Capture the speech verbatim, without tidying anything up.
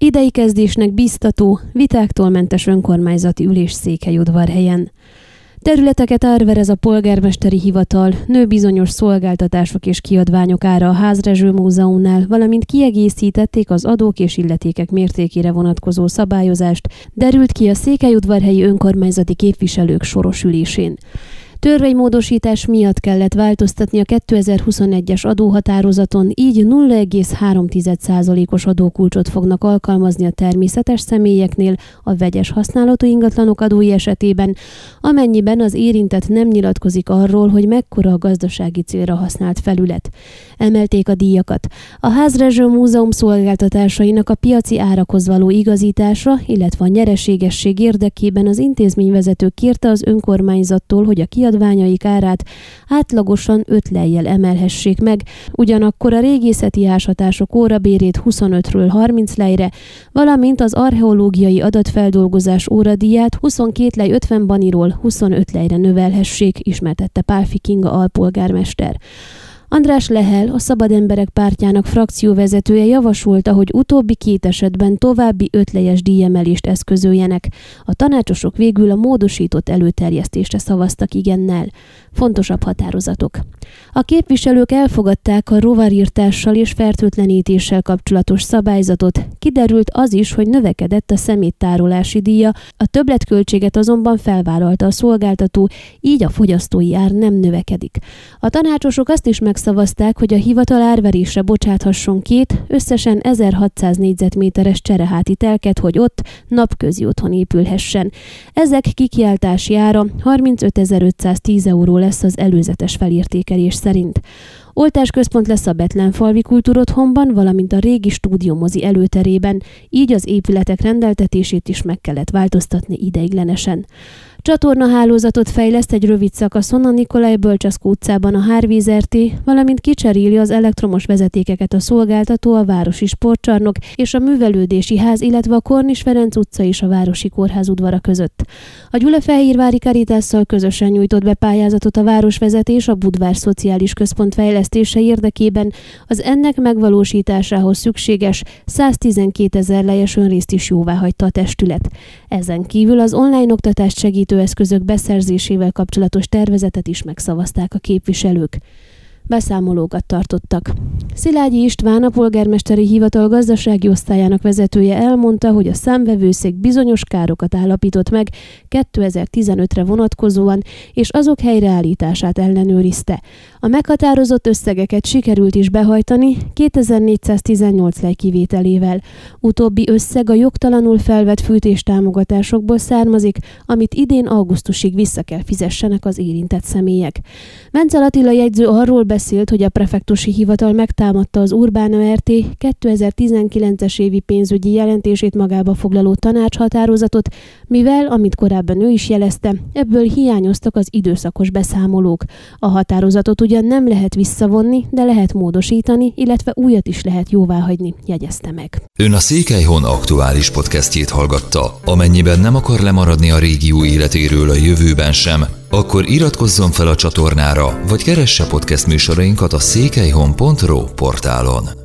idei kezdésnek biztató, vitáktól mentes önkormányzati ülés Székelyudvarhelyen. Területeket árverez a polgármesteri hivatal, nő bizonyos szolgáltatások és kiadványok ára a Házrezső Múzeumnál, valamint kiegészítették az adók és illetékek mértékére vonatkozó szabályozást, derült ki a székelyudvarhelyi önkormányzati képviselők soros ülésén. Törvénymódosítás miatt kellett változtatni a kétezer-huszonegyes adóhatározaton, így nulla egész három százalékos adókulcsot fognak alkalmazni a természetes személyeknél a vegyes használatú ingatlanok adói esetében, amennyiben az érintett nem nyilatkozik arról, hogy mekkora a gazdasági célra használt felület. Emelték a díjakat. A Házrezső Múzeum szolgáltatásainak a piaci árakhoz való igazítása, illetve a nyereségesség érdekében az intézményvezető kérte az önkormányzattól, hogy a kiadványaik árát átlagosan öt lejjel emelhessék meg, ugyanakkor a régészeti ásatások órabérét huszonötről harminc lejre, valamint az archeológiai adatfeldolgozás óradíját huszonkét lej ötven baniról huszonöt lejre növelhessék, ismertette Pálffy Kinga alpolgármester. András Lehel, a Szabad Emberek Pártjának frakcióvezetője javasolta, hogy utóbbi két esetben további ötlejes díjemelést eszközöljenek. A tanácsosok végül a módosított előterjesztésre szavaztak igennel. Fontosabb határozatok. A képviselők elfogadták a rovarírtással és fertőtlenítéssel kapcsolatos szabályzatot. Kiderült az is, hogy növekedett a szeméttárolási díja, a többletköltséget azonban felvállalta a szolgáltató, így a fogyasztói ár nem növekedik. A tanácsosok azt is megszavazták, hogy a hivatal árverésre bocsáthasson két, összesen ezerhatszáz négyzetméteres csereháti telket, hogy ott napközi otthon épülhessen. Ezek kikiáltási ára harmincötezer-ötszáztíz euró lesz az előzetes felértékelés szerint. Oltásközpont lesz a Betlenfalvi Kultúrotthonban, valamint a régi stúdiómozi előterében, így az épületek rendeltetését is meg kellett változtatni ideiglenesen. Csatornahálózatot fejleszt egy rövid szakaszon a Nikolaj Bölcseszkó utcában a Hárvíz er té, valamint kicseréli az elektromos vezetékeket a szolgáltató, a Városi Sportcsarnok és a Művelődési Ház, illetve a Kornis Ferenc utca és a Városi Kórház udvara között. A Gyulafehérvári Caritásszal közösen nyújtott be pályázatot a városvezetés a Budvár Szociális Központ fejlesztése érdekében, az ennek megvalósításához szükséges száztizenkétezer lejes önrészt is jóváhagyta a testület. Ezen kívül az online oktatást segít eszközök beszerzésével kapcsolatos tervezetet is megszavazták a képviselők. Beszámolókat tartottak. Szilágyi István, a polgármesteri hivatal gazdasági osztályának vezetője elmondta, hogy a számvevőszék bizonyos károkat állapított meg kétezer-tizenötre vonatkozóan, és azok helyreállítását ellenőrizte. A meghatározott összegeket sikerült is behajtani kétezer-négyszáztizennyolc lej kivételével. Utóbbi összeg a jogtalanul felvett fűtéstámogatásokból származik, amit idén augusztusig vissza kell fizessenek az érintett személyek. Vencel Attila jegyző arról beszélt, hogy a prefektusi hivatal megtámadta az Urbana er té kétezer-tizenkilences évi pénzügyi jelentését magába foglaló tanácshatározatot, mivel, amit korábban ő is jelezte, ebből hiányoztak az időszakos beszámolók. A határozatot ugyan nem lehet visszavonni, de lehet módosítani, illetve újat is lehet jóváhagyni, jegyezte meg. Ön a Székelyhon aktuális podcastjét hallgatta. Amennyiben nem akar lemaradni a régió életéről a jövőben sem, akkor iratkozzon fel a csatornára, vagy keresse podcast műsorainkat a székelyhon pont ro portálon.